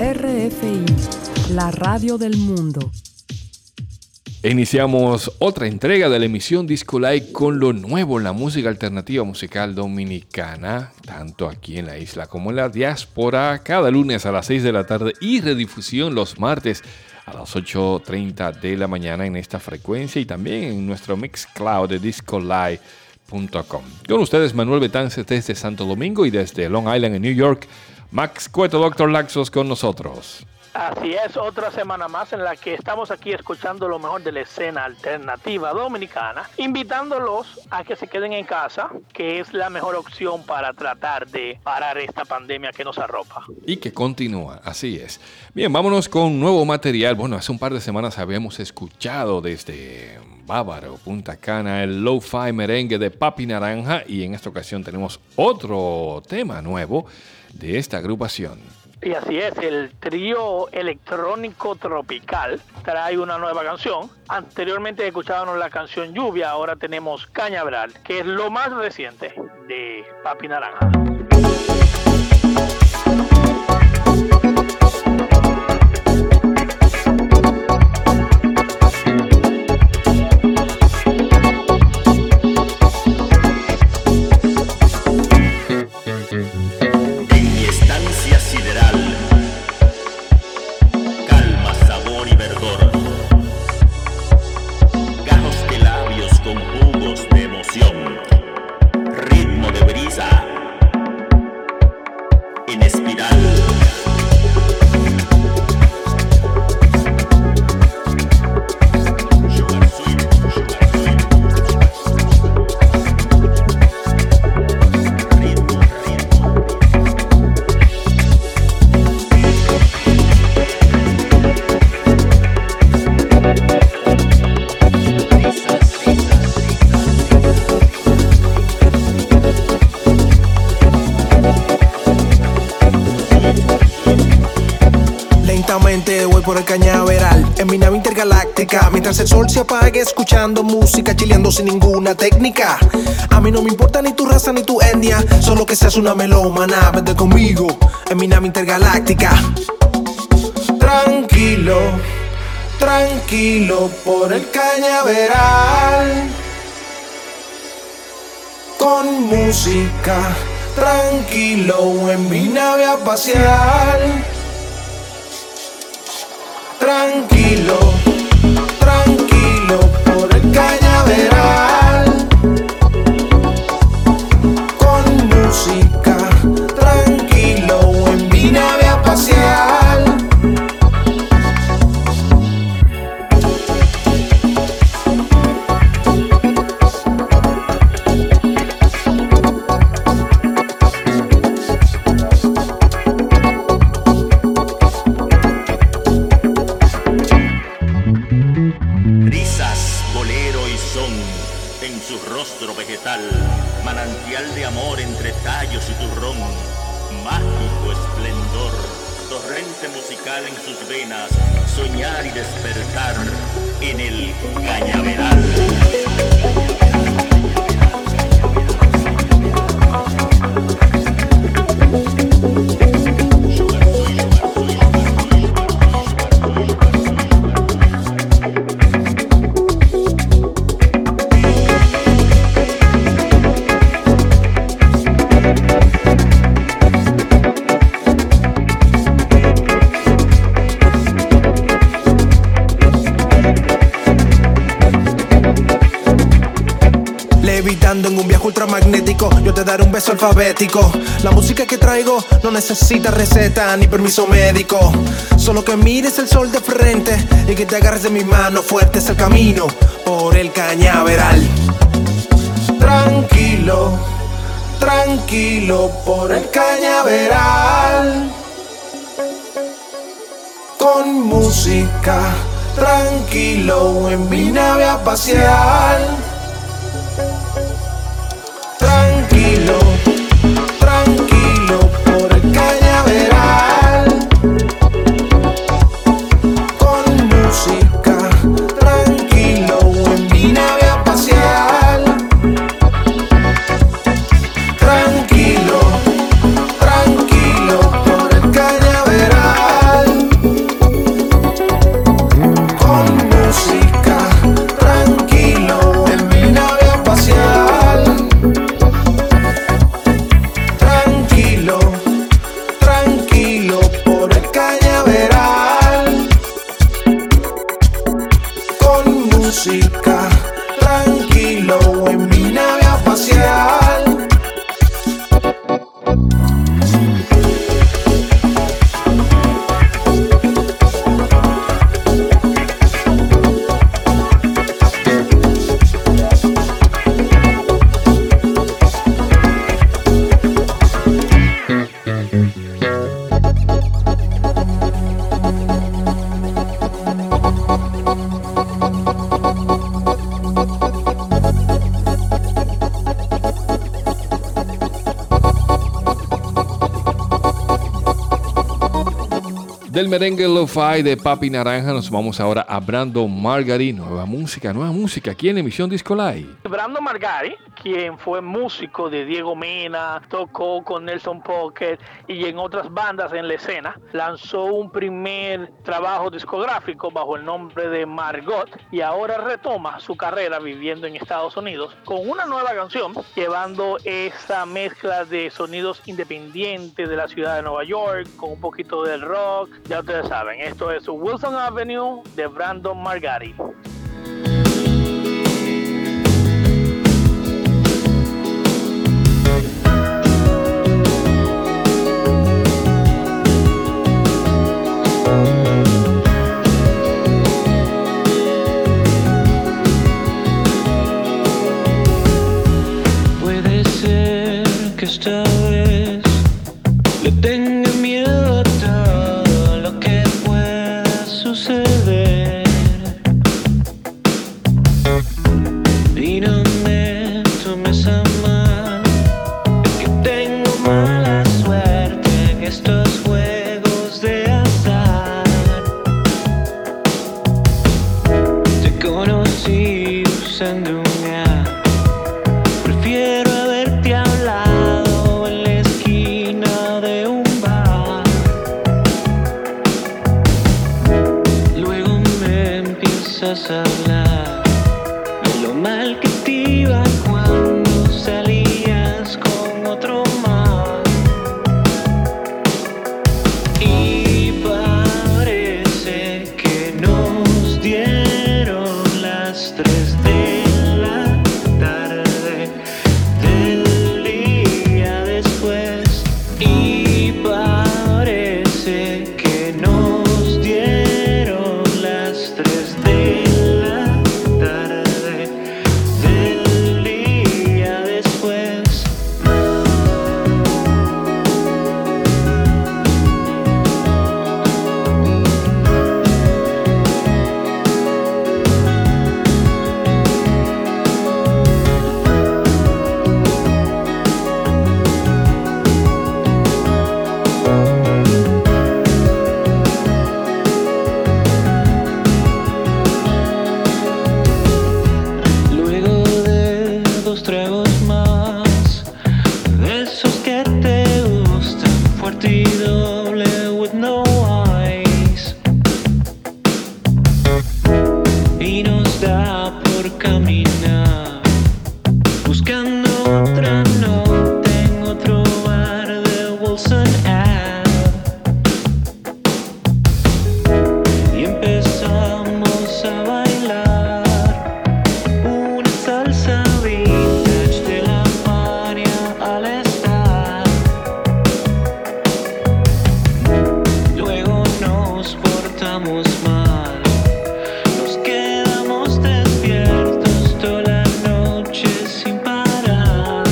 RFI, la radio del mundo. Iniciamos otra entrega de la emisión Disco Live con lo nuevo en la música alternativa musical dominicana, tanto aquí en la isla como en la diáspora, cada lunes a las 6 de la tarde y redifusión los martes a las 8:30 de la mañana en esta frecuencia y también en nuestro Mixcloud de discolive.com. Con ustedes Manuel Betances desde Santo Domingo y desde Long Island en New York, Max Cueto, Dr. Laxos con nosotros. Así es, otra semana más en la que estamos aquí escuchando lo mejor de la escena alternativa dominicana, invitándolos a que se queden en casa, que es la mejor opción para tratar de parar esta pandemia que nos arropa. Y que continúa, así es. Bien, vámonos con nuevo material. Bueno, hace un par de semanas habíamos escuchado desde Bávaro, Punta Cana, el lo-fi merengue de Papi Naranja y en esta ocasión tenemos otro tema nuevo de esta agrupación. Y así es, el trío electrónico tropical trae una nueva canción. Anteriormente escuchábamos la canción Lluvia, ahora tenemos Cañaveral, que es lo más reciente de Papi Naranja. Voy por el cañaveral en mi nave intergaláctica, mientras el sol se apague escuchando música, chileando sin ninguna técnica. A mí no me importa ni tu raza ni tu etnia, solo que seas una melómana. Vete conmigo en mi nave intergaláctica. Tranquilo, tranquilo por el cañaveral, con música. Tranquilo en mi nave a pasear. Tranquilo, tranquilo por el cañaveral, con música. Tranquilo en mi nave a pasear. Manantial de amor entre tallos y turrón, mágico esplendor, torrente musical en sus venas, soñar y despertar en el cañaveral. Levitando en un viaje ultramagnético, yo te daré un beso alfabético. La música que traigo no necesita receta ni permiso médico. Solo que mires el sol de frente y que te agarres de mi mano fuerte. Es el camino por el cañaveral. Tranquilo, tranquilo por el cañaveral, con música. Tranquilo en mi nave a pasear. Tranquilo, tranquilo por el cañaveral, con música. Tranquilo en mi nave a pasear. Tranquilo, tranquilo por el cañaveral. Del merengue lo-fi de Papi Naranja nos vamos ahora a Brandon Margary. Nueva música aquí en la emisión Disco Live. Brandon Margary, quien fue músico de Diego Mena, tocó con Nelson Pocket y en otras bandas en la escena, lanzó un primer trabajo discográfico bajo el nombre de Margot y ahora retoma su carrera viviendo en Estados Unidos con una nueva canción, llevando esa mezcla de sonidos independientes de la ciudad de Nueva York con un poquito del rock. Ya ustedes saben, esto es Wilson Avenue de Brandon Margary. Puede ser que esta vez le tenga miedo a todo lo que pueda suceder y no me tomes a mal, es que tengo mala suerte en estos juegos de azar. Te conocí usando un app, prefiero haberte hablado en la esquina de un bar. Luego me empiezas a hablar de lo mal que te iba cuando salías con otro más. Y parece que nos dieron las 3 de la tarde del día después. Y parece que nos dieron las 3 de la tarde del día después. Luego de 2 tragos más, de esos que te gustan, fuerte y doble with no ice, y nos da por caminar buscando otra nota en otro bar de Wilson Ave. Y empezamos a bailar una salsa vintage de la Fania al estar. Luego nos portamos mal, nos quedamos despiertos toda la noche sin parar.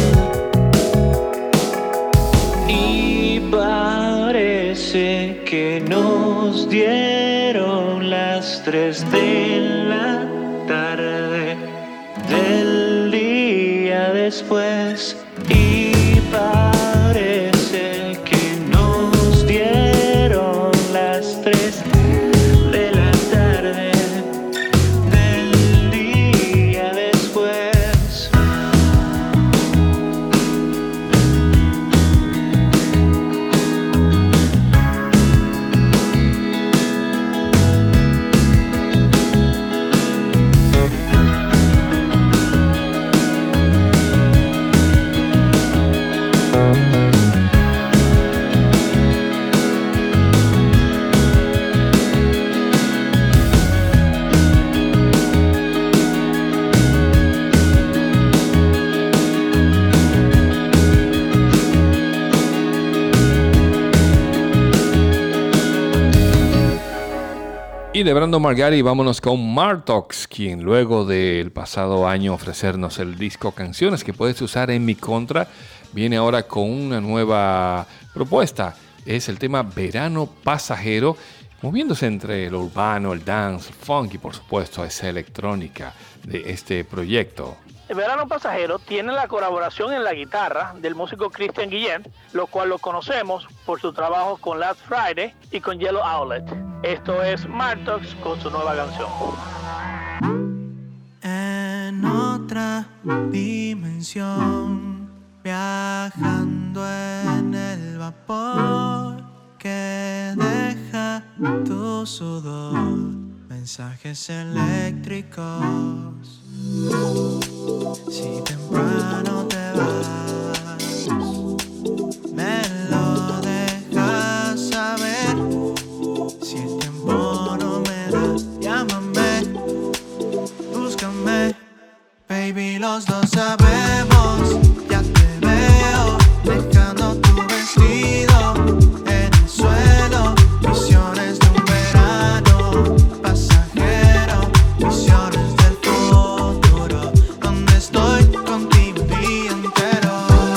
Y parece que nos dieron las 3 de la tarde del día después. Y parece que nos dieron las 3 de la tarde del día después. Y de Brandon Margary vámonos con Martox, quien luego del pasado año ofrecernos el disco Canciones que puedes usar en mi contra, viene ahora con una nueva propuesta. Es el tema Verano Pasajero, moviéndose entre lo urbano, el dance, el funk y por supuesto esa electrónica de este proyecto. El Verano Pasajero tiene la colaboración en la guitarra del músico Cristian Guillén, lo cual lo conocemos por su trabajo con Last Friday y con Yellow Outlet. Esto es Martox con su nueva canción. En otra dimensión, viajando en el vapor que deja tu sudor, mensajes eléctricos. Si temprano te vas, me lo dejas saber. Si el tiempo no me da, llámame, búscame. Baby, los dos sabemos, ya te veo dejando tu vestido en el suelo. Visiones de un verano pasajero, visiones del futuro, donde estoy contigo un día entero.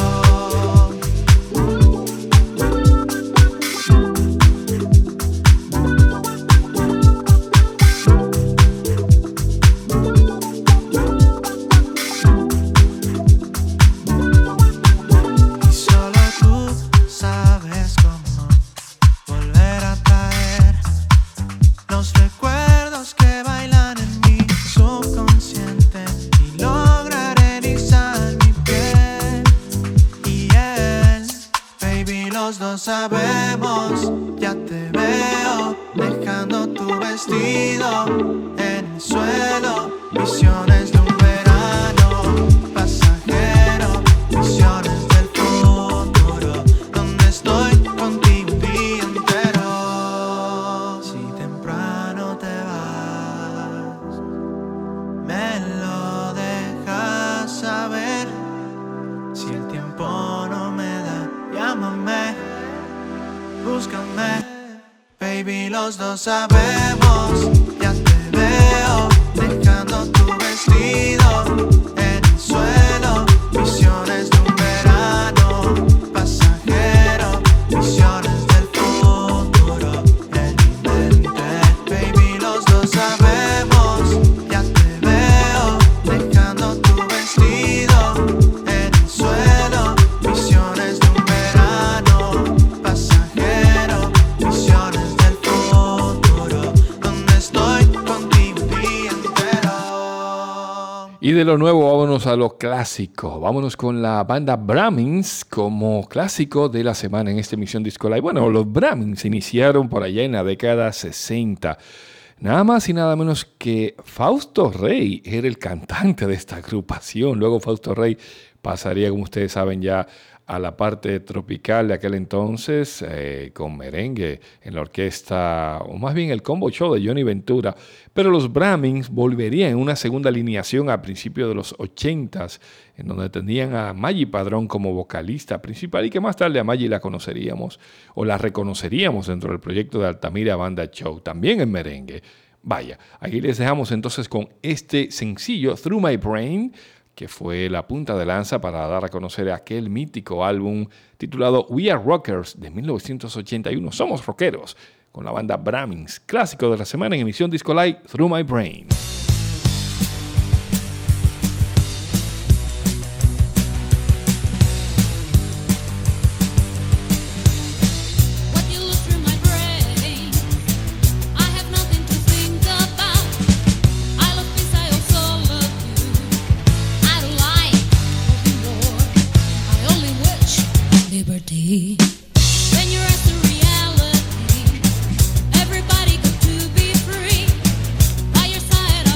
Y solo tú sabes cómo volver a traer los recuerdos que bailan en mi subconsciente y lograr erizar mi piel y él. Baby, los dos sabemos, ya te veo dejando tu vestido en el suelo. Visiones de un verano pasajero, visiones del futuro, donde estoy contigo un día entero. Si temprano te vas, me lo dejas saber. Si el tiempo no me da, llámame, búscame. Baby, los dos sabemos, ya te veo dejando tu vestido en el suelo. Visiones de un verano pasajero, visiones del futuro en mi mente. Baby, los dos sabemos, ya te veo dejando tu vestido en el suelo. Visiones de un verano pasajero, visiones del futuro, donde estoy contigo un día entero. Y de lo nuevo vámonos a lo clásico. Vámonos con la banda Brahmins como clásico de la semana en esta emisión Disco Live. Bueno, los Brahmins iniciaron por allá en la década 60. Nada más y nada menos que Fausto Rey era el cantante de esta agrupación. Luego Fausto Rey pasaría, como ustedes saben, ya a la parte tropical de aquel entonces, con merengue en la orquesta, o más bien el combo show de Johnny Ventura. Pero los Brahmins volverían en una segunda alineación a principios de los 80s, en donde tendrían a Maggie Padrón como vocalista principal y que más tarde a Maggie la conoceríamos o la reconoceríamos dentro del proyecto de Altamira Banda Show, también en merengue. Vaya, aquí les dejamos entonces con este sencillo, Through My Brain, que fue la punta de lanza para dar a conocer aquel mítico álbum titulado We Are Rockers de 1981. Somos rockeros, con la banda Brahmins, clásico de la semana en emisión Disco Live, Through My Brain. When you're at the reality, everybody got to be free. By your side,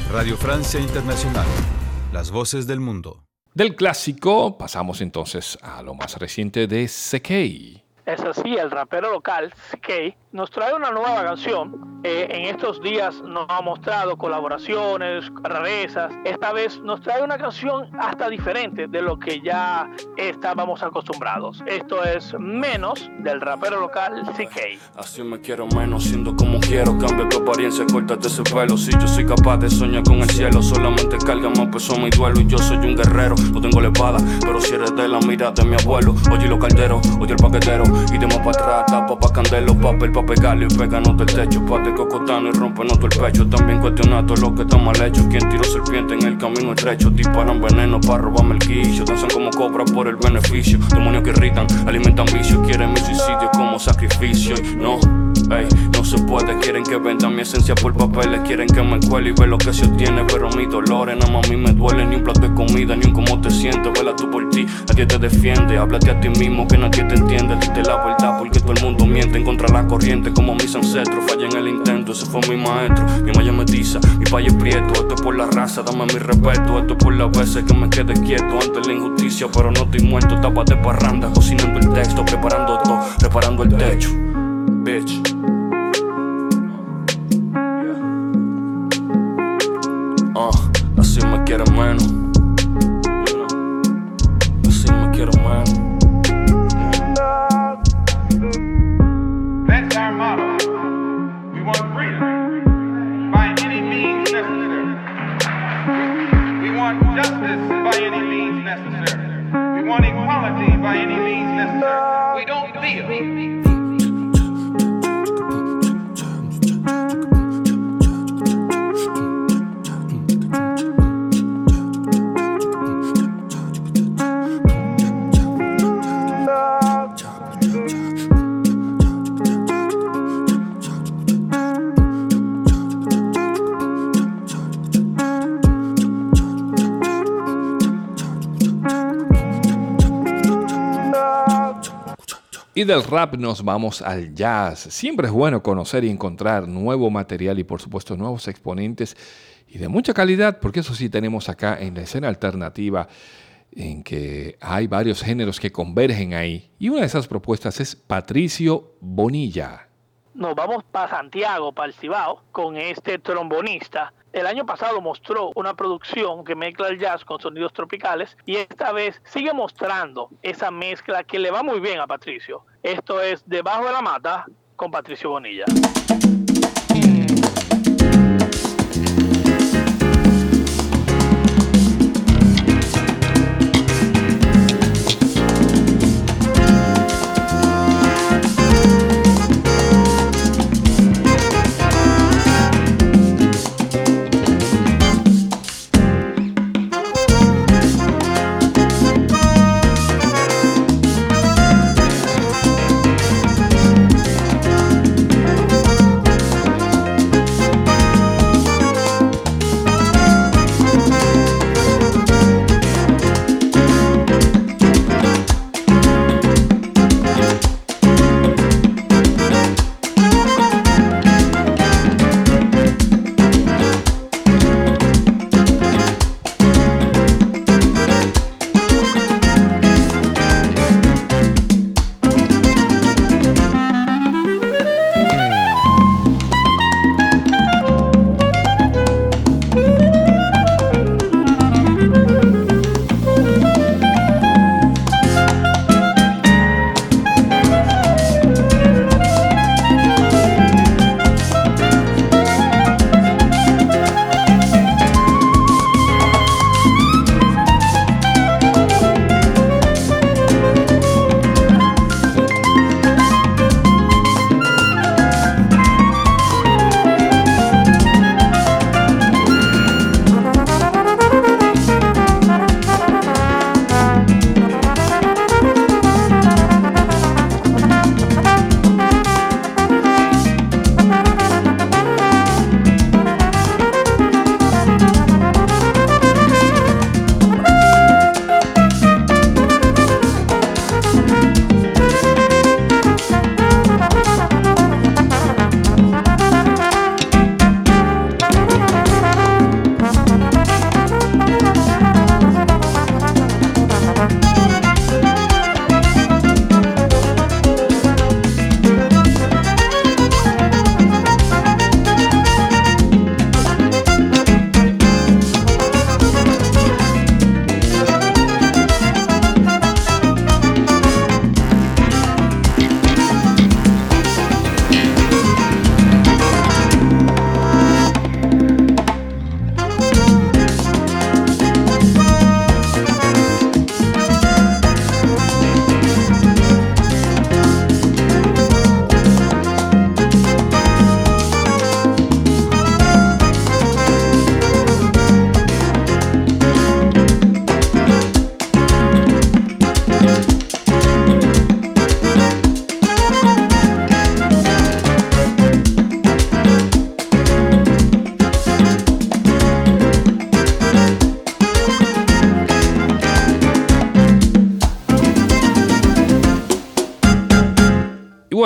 Radio Francia Internacional. Las voces del mundo. Del clásico pasamos entonces a lo más reciente de CK. Es así, el rapero local, CK, nos trae una nueva canción. En estos días nos ha mostrado colaboraciones, rarezas. Esta vez nos trae una canción hasta diferente de lo que ya estábamos acostumbrados. Esto es Menos, del rapero local, CK. Así me quiero menos, siendo como quiero. Cambia tu apariencia, córtate ese pelo. Si yo soy capaz de soñar con el cielo, solamente carga más peso mi duelo. Y yo soy un guerrero, no tengo la espada, pero si eres de la mira de mi abuelo. Oye los calderos, oye el paquetero, y de más para atrás, tapa pa' candelo, papel pa' pegarlo y péganos del techo, pa' de cocotano y rompenos el pecho. También cuestionar todo lo que está mal hecho. Quien tiró serpiente en el camino estrecho, disparan veneno para robarme el guillo, danzan como cobra por el beneficio. Demonios que irritan, alimentan vicios, quieren mi suicidio como sacrificio. Y no, ey, no se puede, quieren que venda mi esencia por papeles, quieren que me cuele y ve lo que se obtiene, pero mis dolores nada más a mí me duelen. Ni un plato de comida, ni un cómo te sientes, vela tú por ti, nadie te defiende. Háblate a ti mismo que nadie te entiende, dite la verdad porque todo el mundo miente en contra de la corriente como mis ancestros. Fallé en el intento, ese fue mi maestro, mi malla metiza, mi país prieto. Esto es por la raza, dame mi respeto, esto es por las veces que me quedé quieto ante la injusticia, pero no estoy muerto. Tapa de parranda, cocinando el texto, preparando todo, reparando el techo, bitch. Así me quiero menos, así me quiero menos. That's our motto. We want freedom by any means necessary. We want justice by any means necessary. We want equality by any means necessary. We don't feel. Y del rap nos vamos al jazz. Siempre es bueno conocer y encontrar nuevo material y por supuesto nuevos exponentes y de mucha calidad, porque eso sí tenemos acá en la escena alternativa, en que hay varios géneros que convergen ahí. Y una de esas propuestas es Patricio Bonilla. Nos vamos para Santiago, para el Cibao, con este trombonista. El año pasado mostró una producción que mezcla el jazz con sonidos tropicales y esta vez sigue mostrando esa mezcla que le va muy bien a Patricio. Esto es Debajo de la Mata con Patricio Bonilla.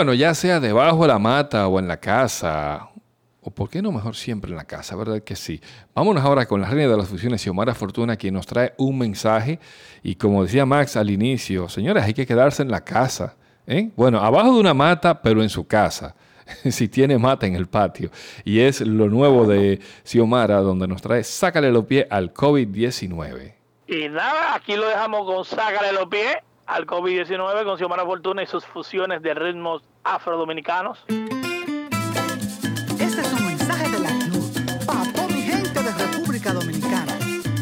bueno, ya sea debajo de la mata o en la casa, o por qué no mejor siempre en la casa, ¿verdad que sí? Vámonos ahora con la reina de las fusiones, Xiomara Fortuna, quien nos trae un mensaje. Y como decía Max al inicio, señores, hay que quedarse en la casa. Bueno, abajo de una mata, pero en su casa. Si tiene mata en el patio. Y es lo nuevo de Xiomara, donde nos trae Sácale los pies al COVID-19. Y nada, aquí lo dejamos con Sácale los pies al COVID-19 con Xiomara Fortuna y sus fusiones de ritmos afrodominicanos. Este es un mensaje de la CNUD para toda mi gente de República Dominicana.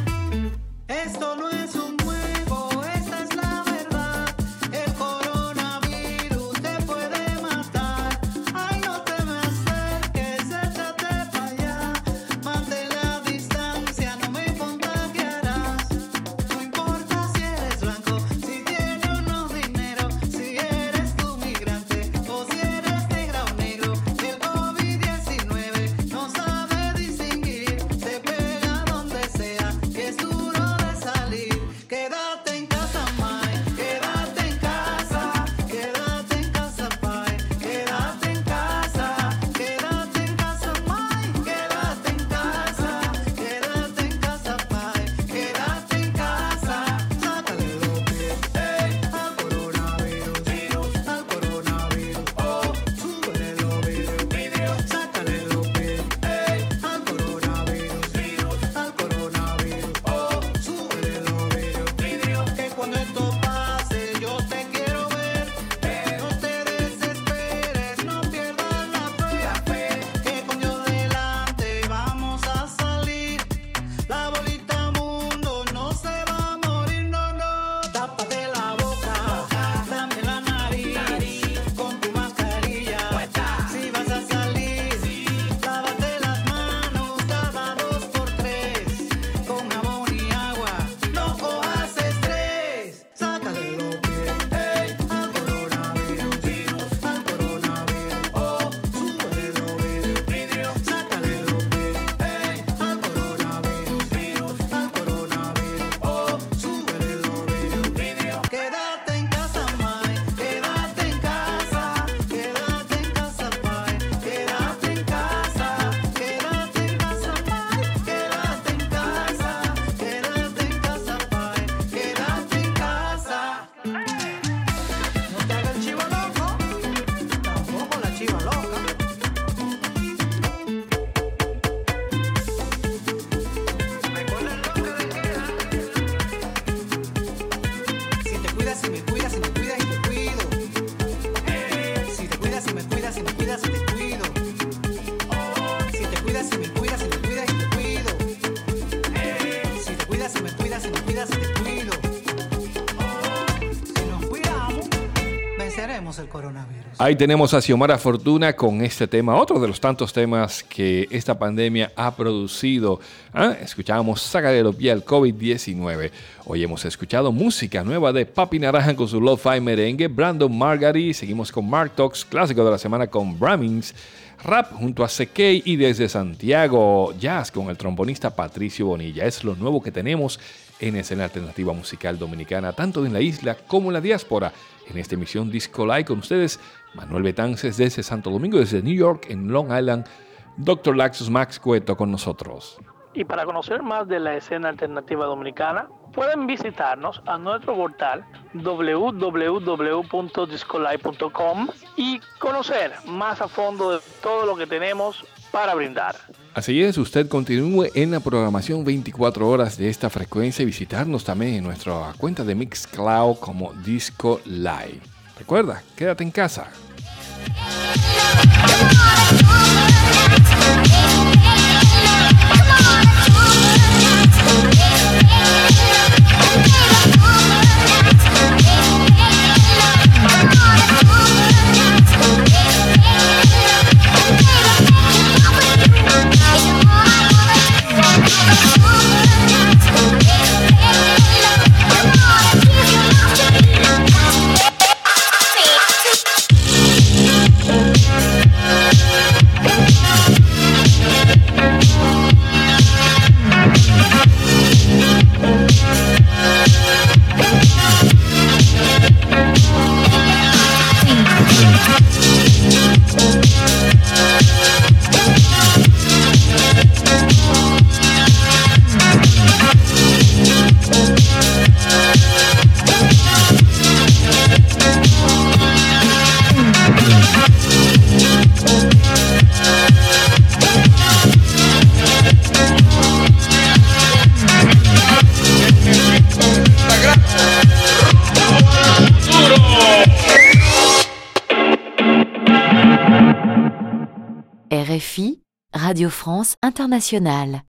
Esto no es un juego, esta es la verdad. El coronavirus te puede matar. Ay, no te me acerques, échate para allá. Mantén la distancia, no me contagiarás. No importa si eres blanco, si tienes o no dinero, si eres tu migrante o si eres negra o negro. El COVID-19 no sabe distinguir, te pega donde sea, que es duro de salir. Quédate en casa, May, quédate en casa, quédate en casa, Pai, quédate en casa, quédate en casa, May, quédate en casa, quédate en casa, Pai, quédate en casa. Sácale los pies, al coronavirus, al coronavirus, oh, súbele los videos, sácale los pies, al coronavirus, al coronavirus, oh, súbele los videos, que cuando esto pase yo te quiero ver, no te desesperes, no pierdas la fe, que con Dios delante vamos a salir, la bolita mundo no se va a morir, no, no, tápate la boca, dame la nariz, con tu mascarilla, si vas a salir, lávate las manos cada 2 por 3, con jabón y agua, no cojas estrés, sácale los pies, al coronavirus, oh, súbele los videos, sácale los pies, al coronavirus, oh, súbele los videos, quédate en casa, May, quédate en casa, quédate en casa, Pai, quédate en casa, quédate en casa, May, quédate en casa, quédate en casa, Pai, quédate en casa. No te hagas el chivo loco, tampoco la chiva loca. Recuerda el toque de queda. Si te cuidas, si me cuidas, si me cuidas y te cuido. Si te cuidas, si me cuidas, si me cuidas y te cuido. Si te cuidas, si me cuidas, si me cuidas y te cuido. Si te cuidas, si me cuidas, si me cuidas y te cuido. Si nos cuidamos, venceremos el coronavirus. Ahí tenemos a Xiomara Fortuna con este tema, otro de los tantos temas que esta pandemia ha producido. Escuchábamos Sácale los pies al COVID-19. Hoy hemos escuchado música nueva de Papi Naranja con su Lo-Fi merengue, Brandon Margary. Seguimos con Mark Talks, clásico de la semana con Bramins. Rap junto a CK y desde Santiago, jazz con el trombonista Patricio Bonilla. Es lo nuevo que tenemos en escena alternativa musical dominicana, tanto en la isla como en la diáspora. En esta emisión Disco Live con ustedes, Manuel Betances desde Santo Domingo, desde New York, en Long Island, Dr. Laxus Max Cueto con nosotros. Y para conocer más de la escena alternativa dominicana, pueden visitarnos a nuestro portal www.discolive.com y conocer más a fondo de todo lo que tenemos para brindar. Así es, usted continúe en la programación 24 horas de esta frecuencia y visitarnos también en nuestra cuenta de Mixcloud como Disco Live. Recuerda, quédate en casa. Yeah. RFI, Radio France Internationale.